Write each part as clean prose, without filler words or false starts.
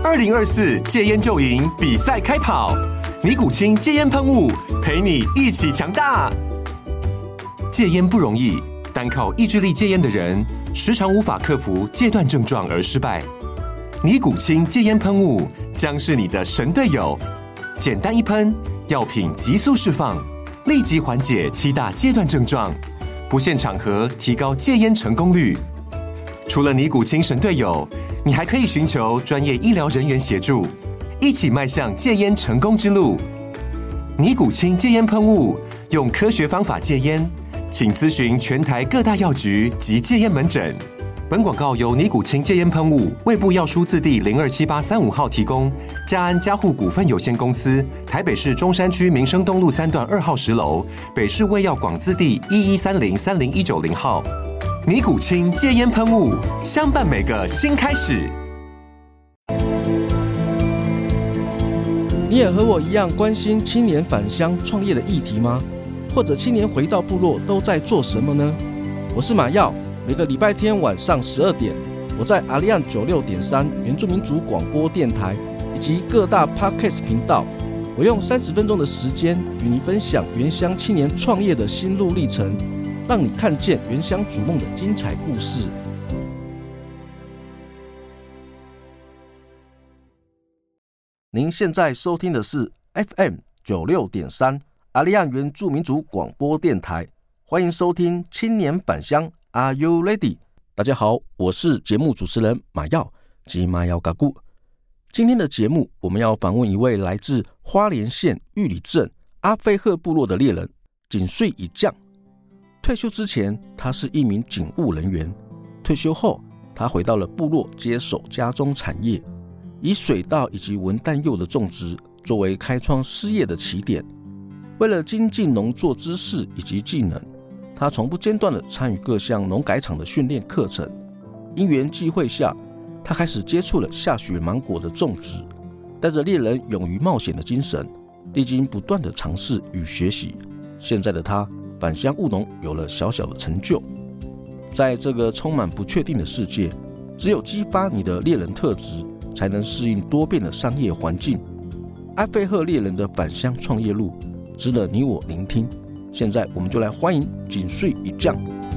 2024戒烟就赢比赛开跑，尼古清戒烟喷雾陪你一起强大。戒烟不容易，单靠意志力戒烟的人，时常无法克服戒断症状而失败。尼古清戒烟喷雾将是你的神队友，简单一喷，药品急速释放，立即缓解7大戒断症状，不限场合提高戒烟成功率。除了尼古清神队友，你还可以寻求专业医疗人员协助，一起迈向戒烟成功之路。尼古清戒烟喷雾，用科学方法戒烟，请咨询全台各大药局及戒烟门诊。本广告由尼古清戒烟喷雾、卫部药书字第027835号提供，嘉安嘉护股份有限公司，台北市中山区民生东路3段2号10楼，北市卫药广字第1130-30190号。尼古清戒烟喷雾，相伴每个新开始。 你也和我一样关心青年返乡创业的议题吗？或者青年回到部落都在做什么呢？我是马耀，每个礼拜天晚上12点，我在阿利安96.3原住民族广播电台以及各大 Podcast 频道，我用30分钟的时间与你分享原乡青年创业的心路历程，让你看见原乡逐梦的精彩故事。您现在收听的是 FM 96.3阿利安原住民族广播电台，欢迎收听青年返乡 Are You Ready？ 大家好，我是节目主持人马耀及马耀嘎古。今天的节目我们要访问一位来自花莲县玉里镇阿菲赫部落的猎人井穗一将。退休之前，他是一名警务人员。退休后，他回到了部落接手家中产业，以水稻以及文旦柚的种植作为开创事业的起点。为了精进农作知识以及技能，他从不间断地参与各项农改场的训练课程。因缘际会下，他开始接触了下雪芒果的种植，带着猎人勇于冒险的精神，历经不断的尝试与学习，现在的他返乡务农有了小小的成就。在这个充满不确定的世界，只有激发你的猎人特质，才能适应多变的商业环境。阿菲赫猎人的返乡创业路值得你我聆听。现在我们就来欢迎井穗一将。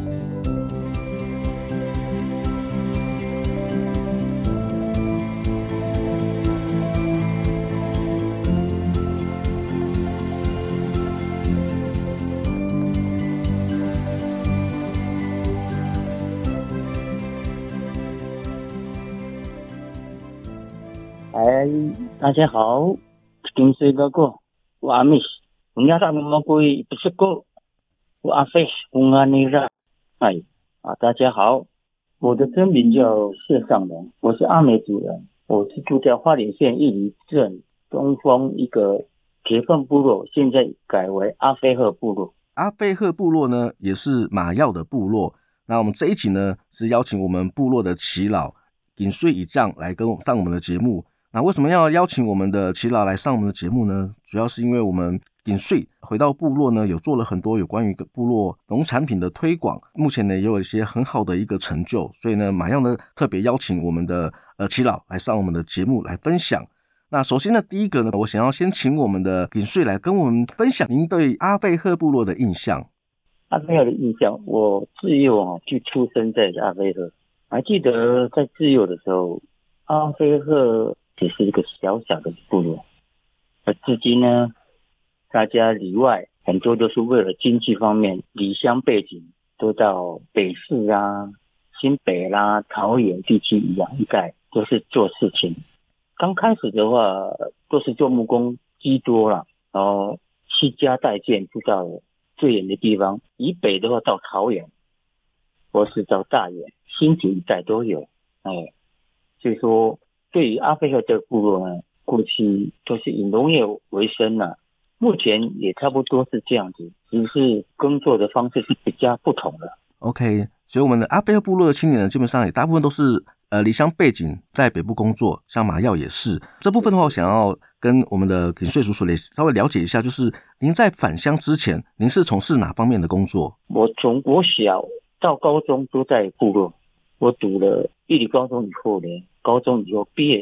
大家好，井穗哥哥，我阿密，我家大妈姑不是哥，我阿飞，我阿尼拉，大家好，我的真名叫谢尚龙，我是阿美族人，我是住在花莲县玉里镇东峰一个铁粪部落，现在改为阿菲赫部落。 阿菲赫部落呢，也是马耀的部落。那我们这一集呢，是邀请我们部落的耆老井穗一将来上我们的节目。那为什么要邀请我们的耆老来上我们的节目呢？主要是因为我们井穗回到部落呢，有做了很多有关于部落农产品的推广，目前呢也有一些很好的一个成就，所以呢马耀呢特别邀请我们的耆老来上我们的节目来分享。那首先呢，第一个呢，我想要先请我们的井穗来跟我们分享您对阿菲赫部落的印象。 阿菲赫的印象，我自幼就出生在阿菲赫，还记得在自幼的时候，阿菲赫只是一个小小的部落，而至今呢，大家里外很多都是为了经济方面离乡背景，都到北市啊、新北啦、桃园地区一概都是做事情。刚开始的话都是做木工居多啦，然后惜家带眷住到最远的地方，以北的话到桃园，或是到大园、新竹一带都有。所以说对于阿菲赫这个部落呢，过去都是以农业为生啦，目前也差不多是这样子，只是工作的方式是比较不同的。 OK， 所以我们的阿菲赫部落的青年呢，基本上也大部分都是离乡背景，在北部工作，像马耀也是。这部分的话，我想要跟我们的井穗叔叔稍微了解一下，就是您在返乡之前，您是从事哪方面的工作？ 我从国小到高中都在部落，我读了玉里高中以后呢，高中以后毕业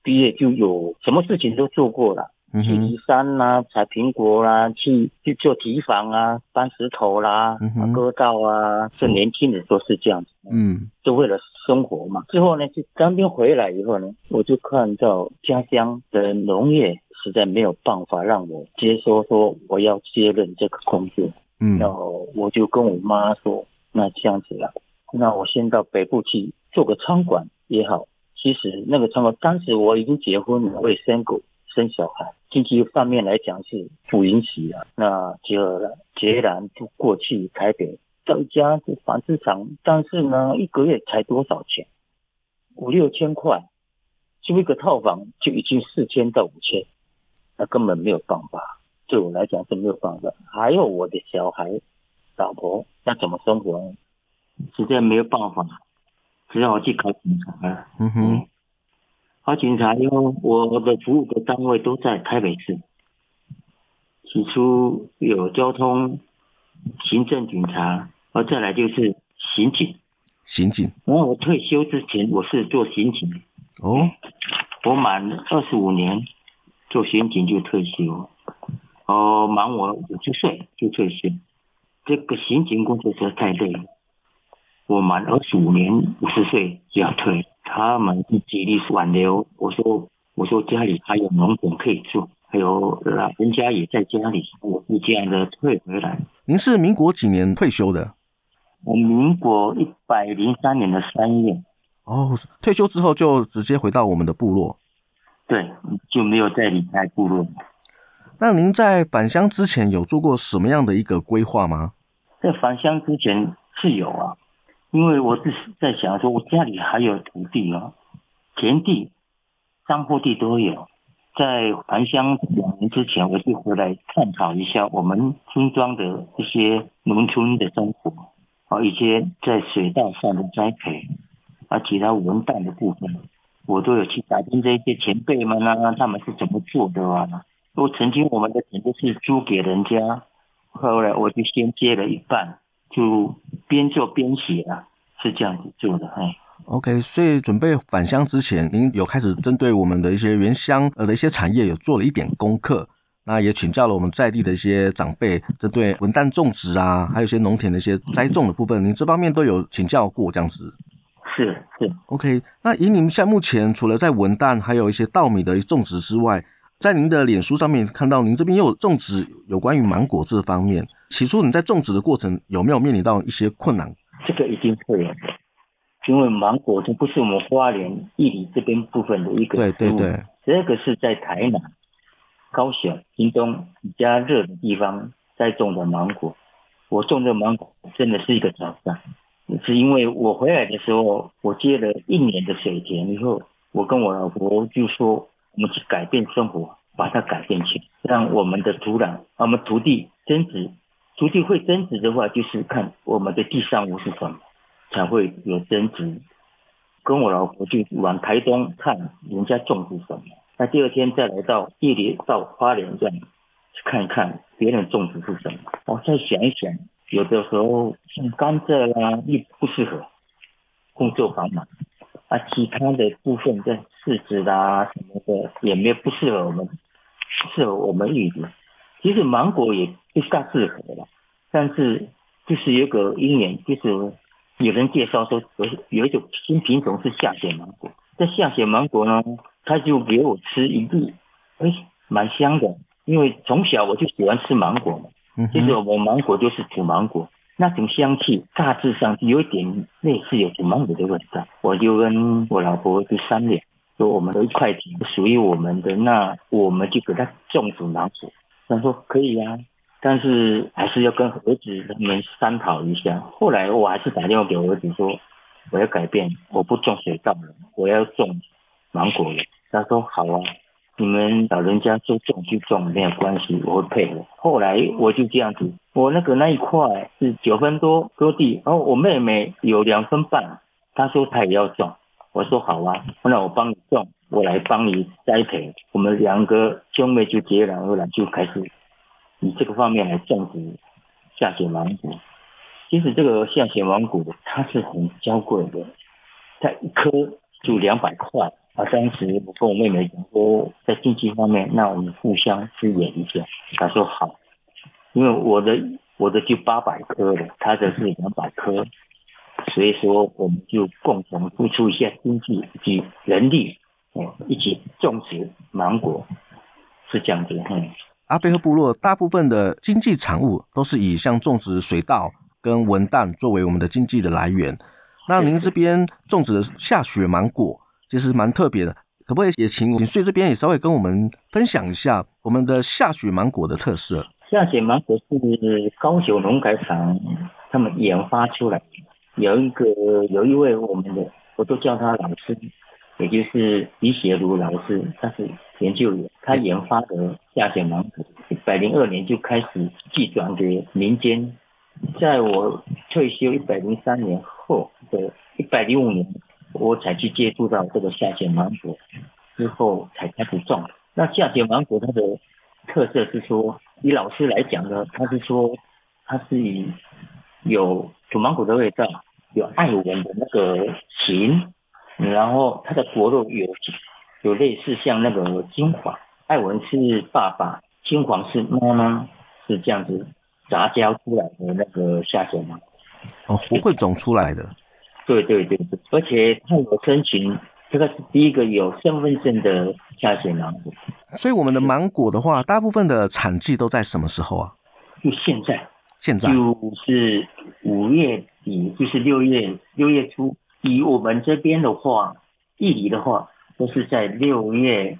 毕业就有什么事情都做过了。去移山啦，采苹果啦，去做堤防啊，搬石头啦，割稻啊，这年轻人都是这样子。就为了生活嘛。之后呢，就当兵回来以后呢，我就看到家乡的农业实在没有办法让我接收，说我要接任这个工作。然后我就跟我妈说，那这样子了，那我先到北部去做个餐馆也好。其实那个餐馆当时我已经结婚了，我也生小孩，经济方面来讲是不允许了，那决然就过去台北到一家纺织厂，但是呢一个月才多少钱，5、6千块，租一个套房就已经4000到5000，那根本没有办法，对我来讲是没有办法。还有我的小孩老婆那怎么生活呢？实在没有办法，只好去考警察了。考警察，因为我的服务的单位都在台北市。起初有交通、行政警察，再来就是刑警。然后我退休之前，我是做刑警。我满25年做刑警就退休。满我50岁就退休。这个刑警工作实在太累了。我满25年50岁就要退。他们极力挽留，我说家里还有农田可以做，还有老人家也在家里，我就这样的退回来。 您是民国几年退休的？ 我民国103年的3月。 退休之后就直接回到我们的部落？ 对，就没有再离开部落。 那您在返乡之前有做过什么样的一个规划吗？ 在返乡之前是有啊。因为我是在想说，我家里还有土地田地、山坡地都有。在返乡2年之前，我就回来探讨一下我们村庄的一些农村的生活，一些在水稻上的栽培，其他文旦的部分，我都有去打听这些前辈们他们是怎么做的曾经我们的田都是租给人家，后来我就先接了一半。就边做边写是这样子做的。 OK， 所以准备返乡之前，您有开始针对我们的一些原乡的一些产业有做了一点功课，那也请教了我们在地的一些长辈，针对文旦种植还有一些农田的一些栽种的部分，您这方面都有请教过这样子？ 是 OK， 那以你们现在目前除了在文旦还有一些稻米的种植之外，在您的脸书上面看到您这边也有种植有关于芒果这方面，起初你在种植的过程有没有面临到一些困难？ 这个一定会有，因为芒果这不是我们花莲义里这边部分的一个食物。对，这个是在台南、高雄、屏东比较热的地方栽种的芒果。我种的芒果真的是一个挑战，是因为我回来的时候，我接了1年的水田以后，我跟我老婆就说，我们去改变生活，把它改变起来，让我们的土壤、我们土地增值。土地会增值的话，就是看我们的地上物是什么，才会有增值。跟我老婆就往台东看人家种植什么，那第2天再来到义里到花莲这样看一看别人种植是什么。我再想一想，有的时候像甘蔗也不适合工作繁忙其他的部分在柿子什么的也没有不适合我们义里。其实芒果也不大适合了，但是就是有个因缘，就是有人介绍说有一种新品种是下血芒果。这下血芒果呢，他就给我吃一粒，蛮香的，因为从小我就喜欢吃芒果嘛。其实我们芒果就是土芒果，那种香气大致上有一点类似有土芒果的味道。我就跟我老婆就商量，说我们的一块田属于我们的，那我们就给它种土芒果。他说可以但是还是要跟儿子他们商讨一下。后来我还是打电话给儿子说，我要改变，我不种水稻了，我要种芒果了。他说好你们老人家说种就种，没有关系，我会配合。后来我就这样子，我那一块是9分多地，然后我妹妹有2分半，她说她也要种，我说好那我帮你种，我来帮你栽培。我们2个兄妹就截然而然就开始以这个方面来种植下血芒果。其实这个下血芒果它是很娇贵的，它一颗就200块， 当时我跟我妹妹讲说，在经济方面，那我们互相支援一下。她说好，因为我的就800棵了，她的是200棵，所以说我们就共同付出一下经济以及人力，一起种植芒果，是这样子。 阿非赫部落大部分的经济产物都是以像种植水稻跟文旦作为我们的经济的来源。那您这边种植的下雪芒果其实蛮特别的，可不可以也请穗这边也稍微跟我们分享一下我们的下雪芒果的特色？ 下雪芒果是高雄农改场他们研发出来的，有一位我都叫他老师，也就是李雪如老师，他是研究员，他研发的下雪芒果，102年就开始寄转给民间。在我退休103年后的105年，我才去接触到这个下雪芒果，之后才开始种。那下雪芒果它的特色是说，以老师来讲呢，他是说它是有土芒果的味道，有艾文的那个形，然后它的果肉有类似像那个金黄，艾文是爸爸，金黄是妈妈，是这样子杂交出来的那个下雪芒果。 会种出来的。 对，而且它有申请，这个是第一个有身份证的下雪芒果。 所以我们的芒果的话，大部分的产季都在什么时候啊？ 就现在就是 5月底，就是6月初。以我们这边的话，地理的话，都是在6月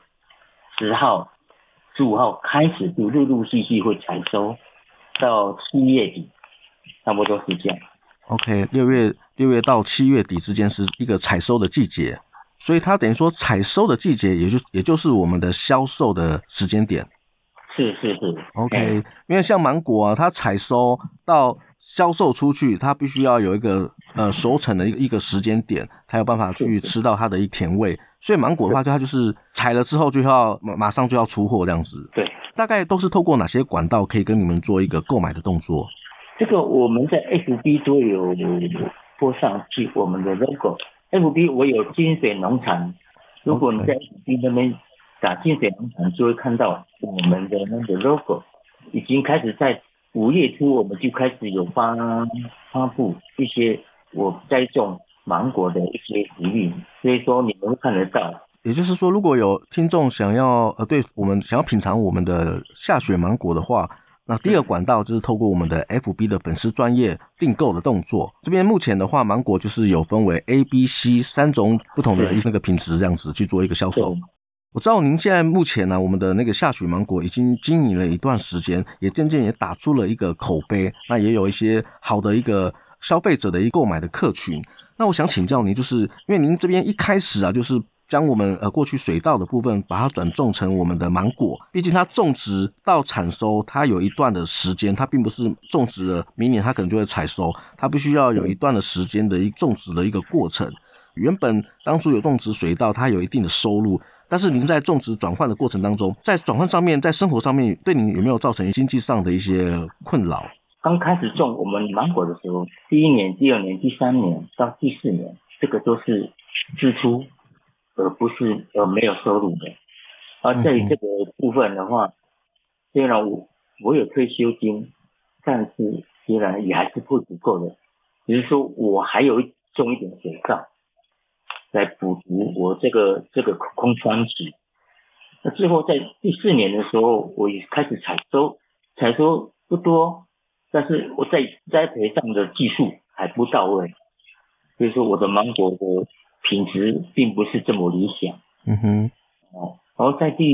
10号、15号开始，就陆陆续续会采收，到7月底，差不多是这样。 OK， 6月到7月底之间是一个采收的季节，所以它等于说采收的季节也就是我们的销售的时间点。 是 OK， 因为像芒果啊，它采收到销售出去，它必须要有一个熟成的一个时间点，才有办法去吃到它的一甜味。所以芒果的话，它就是采了之后就要马上就要出货这样子。 对， 大概都是透过哪些管道可以跟你们做一个购买的动作？ 这个我们在 FB 都有播上去我们的 logo。FB 我有金水农场，如果你在 FB 那边打金水农场，就会看到我们的那个 logo。已经开始在5月初，我们就开始有发布一些我栽种芒果的一些食品，所以说你们会看得到。 也就是说，如果有听众想要对我们想要品尝我们的下雪芒果的话，那第二个管道就是透过我们的 FB 的粉丝专页订购的动作。这边目前的话，芒果就是有分为 A、B、C 3种不同的那个品质，这样子去做一个销售。我知道您现在目前呢，我们的那个下雪芒果已经经营了一段时间，也渐渐也打出了一个口碑，那也有一些好的一个消费者的一个购买的客群。那我想请教您，就是因为您这边一开始啊，就是将我们过去水稻的部分把它转种成我们的芒果，毕竟它种植到产收它有一段的时间，它并不是种植了明年它可能就会采收，它必须要有一段的时间的种植的一个过程。原本当初有种植水稻，它有一定的收入，但是您在种植转换的过程当中，在转换上面，在生活上面，对您有没有造成经济上的一些困扰？ 刚开始种我们芒果的时候，第1年、第2年、第3年到第4年，这个都是支出，而不是没有收入的。而在于这个部分的话，虽然我有退休金，但是虽然也还是不足够的，只是说我还有种一点水稻来补足我这个空窗期。那之后在第4年的时候，我也开始采收不多，但是我在栽培上的技术还不到位，所以说我的芒果的品质并不是这么理想。然后在第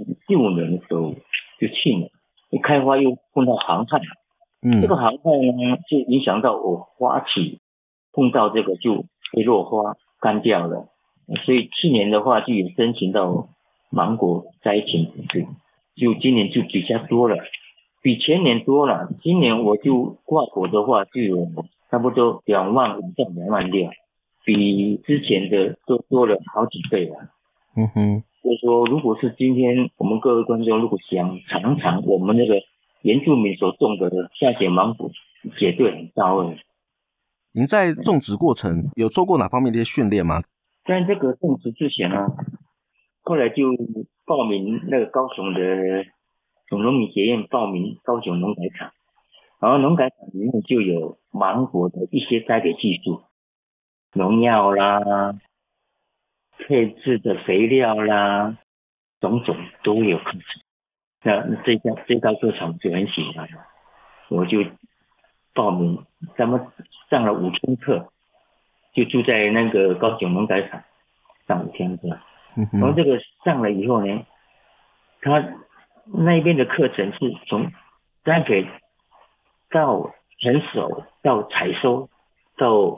5年的时候，就去年一开花又碰到寒害，这个寒害呢就影响到我花期，碰到这个就会落花干掉了，所以去年的话就有申请到芒果灾情补助，就今年就比较多了，比前年多了。今年我就挂果的话就有差不多2万5到2万6，比之前的都多了好几倍了。所以说，如果是今天我们各位观众如果想尝尝我们那个原住民所种的下雪芒果，绝对很到位。 您在种植过程有做过哪方面的一些训练吗？ 在这个种植之前呢，后来就报名那个高雄的从农民协院报名高雄农改场，然后农改场里面就有芒果的一些栽培技术，农药啦、配置的肥料啦，种种都有课程。那这道课程就很喜欢，我就报名，咱们上了5天课，就住在那个高雄农改场上5天课。然后这个上了以后呢，他那边的课程是从栽培到成熟到采收到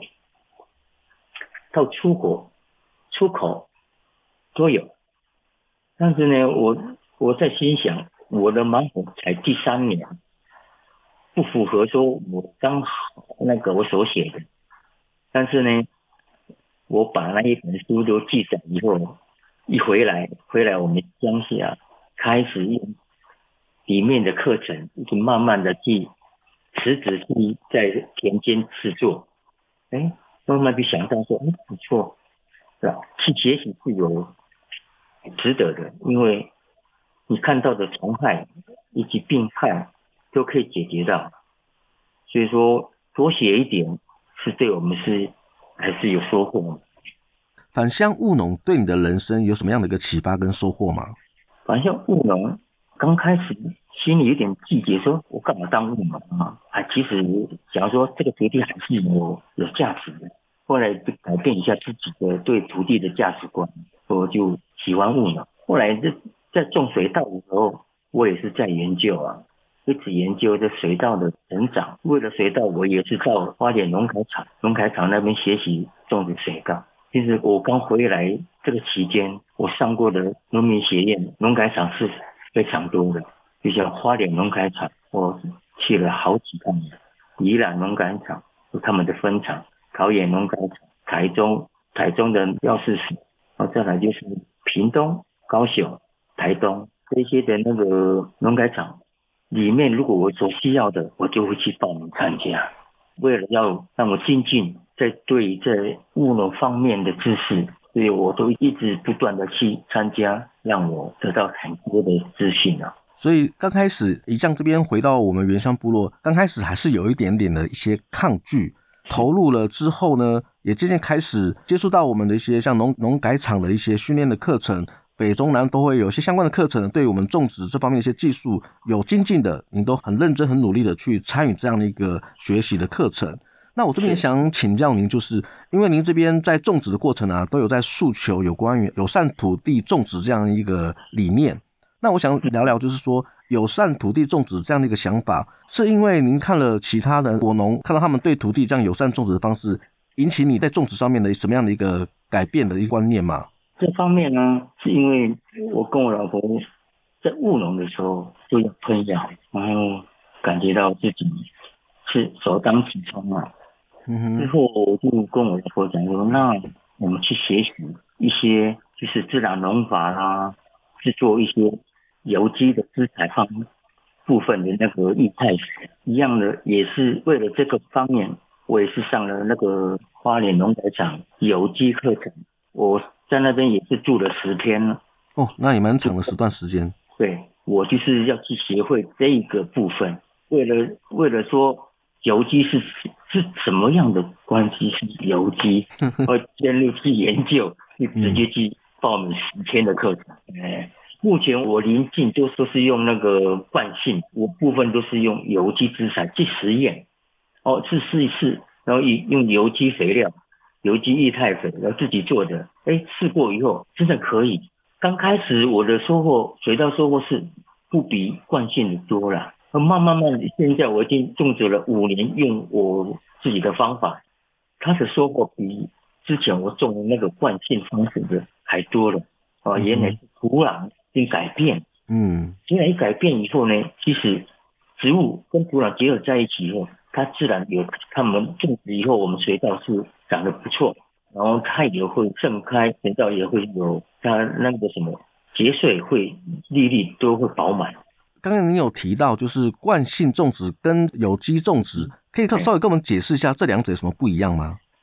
出口都有。但是呢，我在心想，我的芒果才第3年，不符合说我刚好那个我所写的。但是呢，我把那一本书都记载以后，一回来我们乡下开始用里面的课程，就慢慢的去实质去在田间制作，慢慢就想到说，不错，是吧？去学习是有值得的，因为你看到的虫害以及病害都可以解决到，所以说多写一点是对我们还是有收获的。 返乡务农对你的人生有什么样的一个启发跟收获吗？ 返乡务农刚开始心里有点季节，说我干嘛当务农啊？其实假如说这个土地还是有价值的，后来就改变一下自己的对土地的价值观，我就喜欢务农。后来在种水稻的时候，我也是在研究一直研究这水稻的成长。为了水稻，我也是到花莲农改场那边学习种植水稻。其实我刚回来这个期间，我上过的农民协院农改场是非常多的，就像花莲农改场，我去了好几趟，宜兰农改场有他们的分场，桃园农改场，台中的药事所，再来就是屏东、高雄、台东这些的那个农改场里面，如果我所需要的，我就会去报名参加。为了要让我精进在务农方面的知识，所以我都一直不断的去参加，让我得到很多的资讯所以刚开始一将这边回到我们原乡部落，刚开始还是有一点点的一些抗拒，投入了之后呢，也渐渐开始接触到我们的一些像农改场的一些训练的课程，北中南都会有一些相关的课程，对于我们种植这方面的一些技术有精进的，你都很认真很努力的去参与这样的一个学习的课程。那我这边也想请教您，就是因为您这边在种植的过程都有在诉求有关于友善土地种植这样一个理念。那我想聊聊，就是说友善土地种植这样的一个想法，是因为您看了其他的果农，看到他们对土地这样友善种植的方式，引起你在种植上面的什么样的一个改变的一个观念吗？ 这方面呢，是因为我跟我老婆在务农的时候就要喷药，然后感觉到自己是首当其冲之后我就跟我老婆讲说，那我们去学习一些就是自然农法啦，制作一些有机的资材部分的那个液态水一样的，也是为了这个方面，我也是上了那个花莲农改场有机课程，我在那边也是住了10天了。 那也蛮长的段时间。 对，我就是要去学会这一个部分，为了说有机是什么样的关系是有机，我深入去研究，就直接去报名10天的课程。目前我临近都是用那个惯性，我部分都是用有机资材去实验，去试一试，然后用有机肥料、有机液态肥，然后自己做的，试过以后真的可以。刚开始我的水稻收获是不比惯性的多了，慢慢现在我已经种植了5年，用我自己的方法，它的收获比之前我种的那个惯性方式的还多了。原来是土壤经改变，土壤一改变以后呢，其实植物跟土壤结合在一起以后，它自然有它们种植以后，我们水稻是长得不错，然后它也会盛开，水稻也会有它那个什么结穗会粒粒都会饱满。 刚刚您有提到就是惯性种植跟有机种植，可以稍微跟我们解释一下这两者有什么不一样吗？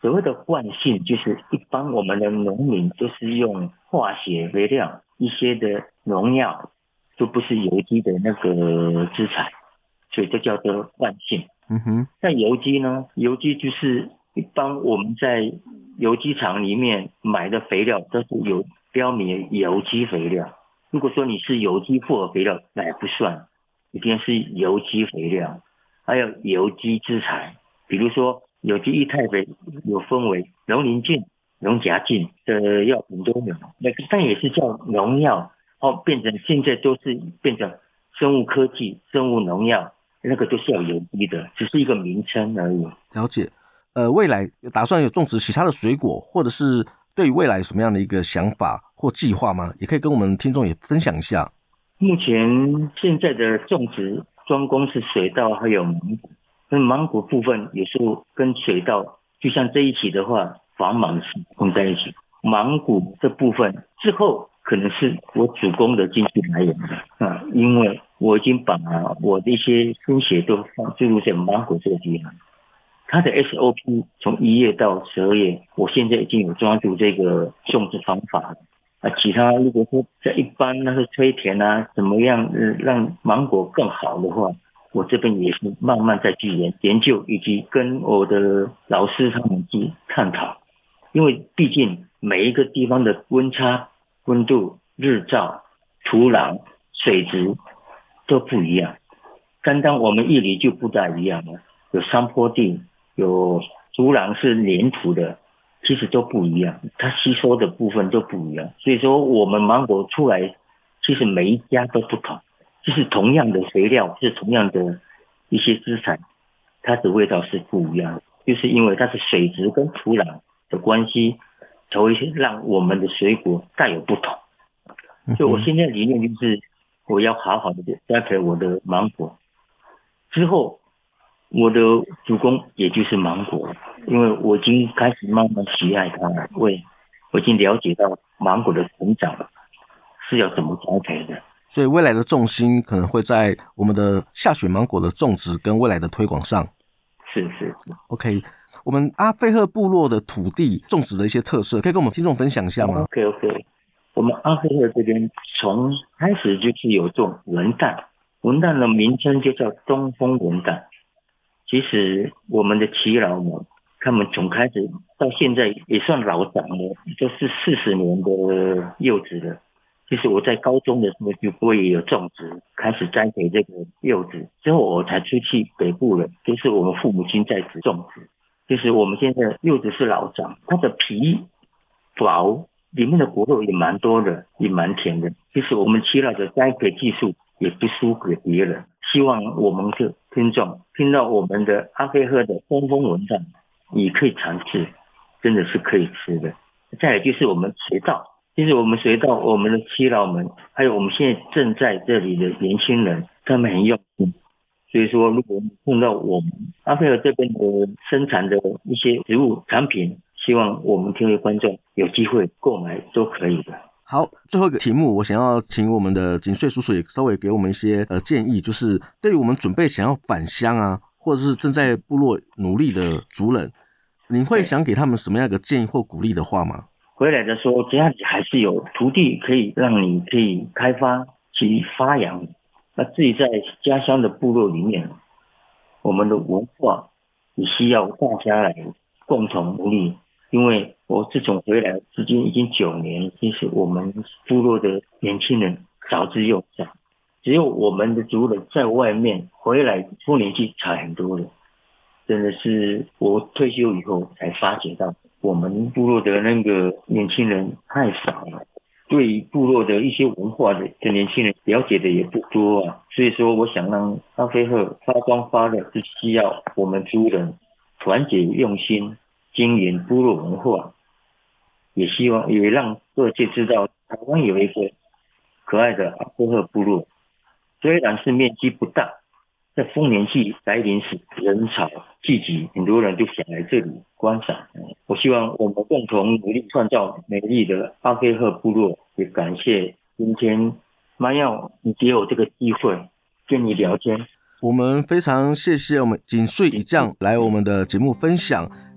所谓的惯性就是一般我们的农民都是用化学肥料，一些的农药都不是有机的那个资材，所以这叫做惯性。那有机呢？有机就是一般我们在有机厂里面买的肥料都是有标明有机肥料。如果说你是有机复合肥料，那也不算，一定是有机肥料。还有有机资材，比如说有机液态肥有分为农磷净、农甲净的药品都有，那个但也是叫农药，变成现在都是变成生物科技、生物农药，那个都是要有机的，只是一个名称而已。 了解。未来打算有种植其他的水果，或者是对于未来有什么样的一个想法或计划吗？也可以跟我们听众也分享一下。 目前现在的种植专攻是水稻还有芒果，跟芒果部分有时候跟水稻，就像这一期的话，防芒是混在一起。芒果这部分之后可能是我主攻的经济来源的因为我已经把我的一些心血都注入在芒果这个地方。它的 SOP 从1月到12月，我现在已经有抓住这个种植方法了。其他如果说在一般那个推田怎么样让芒果更好的话，我这边也是慢慢再去研究，以及跟我的老师他们去探讨。因为毕竟每一个地方的温差、温度、日照、土壤、水质都不一样。单单我们玉里就不大一样了，有山坡地，有土壤是黏土的，其实都不一样，它吸收的部分都不一样。所以说我们芒果出来，其实每一家都不同，就是同样的肥料，是同样的一些资产，它的味道是不一样的，就是因为它是水质跟土壤的关系，才会让我们的水果带有不同。所以我现在理念就是我要好好的栽培我的芒果，之后我的主攻也就是芒果，因为我已经开始慢慢喜爱它了，我已经了解到芒果的成长是要怎么栽培的。 所以未来的重心可能会在我们的下雪芒果的种植跟未来的推广上。 是 OK， 我们阿费赫部落的土地种植的一些特色，可以跟我们听众分享一下吗？ OK， 我们阿费赫这边从开始就是有种文旦，文旦的名称就叫东风文旦。其实我们的耆老们，他们从开始到现在也算老长了，就是40年的柚子了。其实我在高中的时候我也有种植，开始栽培这个柚子，之后我才出去北部了，就是我们父母亲在种植。就是我们现在柚子是老长，它的皮薄，里面的果肉也蛮多的，也蛮甜的。其实我们耆老的栽培技术也不输给别人。希望我们的听众听到我们的阿费赫的东风文旦，也可以尝试，真的是可以吃的。再来就是我们水稻，其实我们水稻，我们的耆老们，还有我们现在正在这里的年轻人，他们很用心。所以说，如果碰到我们阿费赫这边的生产的一些植物产品，希望我们听众观众有机会购买都可以的。 好，最后一个题目，我想要请我们的景穗叔叔也稍微给我们一些建议，就是对于我们准备想要返乡或者是正在部落努力的族人，您会想给他们什么样的建议或鼓励的话吗？ 回来的时候，家里还是有土地可以让你可以开发及发扬。那自己在家乡的部落里面，我们的文化也需要大家来共同努力。因为我自从回来至今已经9年，其实我们部落的年轻人少之又少，只有我们的族人在外面回来出年纪差很多了。真的是我退休以后才发觉到，我们部落的那个年轻人太少了，对于部落的一些文化的年轻人了解的也不多所以说我想让阿费赫发光发热，是需要我们族人团结用心经营部落文化，也希望也让各界知道台湾有一个可爱的阿费赫部落，虽然是面积不大，在丰年祭来临时人潮聚集，很多人就想来这里观赏。我希望我们共同努力创造美丽的阿费赫部落，也感谢今天妈耀你给我这个机会跟你聊天。 我们非常谢谢我们景穗一将来我们的节目分享，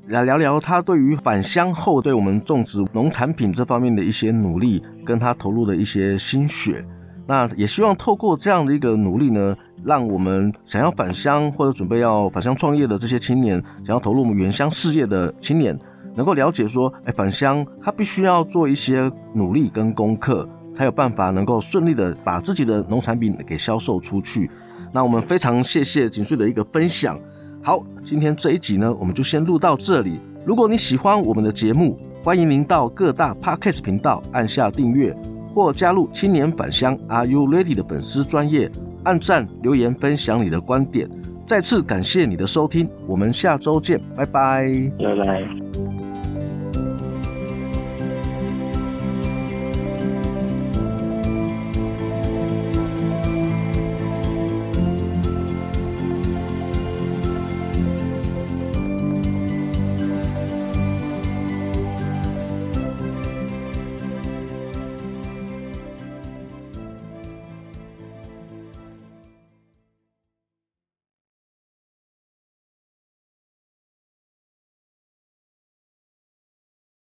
来聊聊他对于返乡后对我们种植农产品这方面的一些努力，跟他投入的一些心血。那也希望透过这样的一个努力呢，让我们想要返乡或者准备要返乡创业的这些青年，想要投入我们原乡事业的青年，能够了解说，返乡他必须要做一些努力跟功课，才有办法能够顺利的把自己的农产品给销售出去。那我们非常谢谢景穗的一个分享。好，今天这一集呢，我们就先录到这里。如果你喜欢我们的节目，欢迎您到各大 Podcast 频道按下订阅，或加入青年返乡 Are You Ready 的粉丝专页，按赞留言分享你的观点。再次感谢你的收听，我们下周见，拜拜。 拜拜。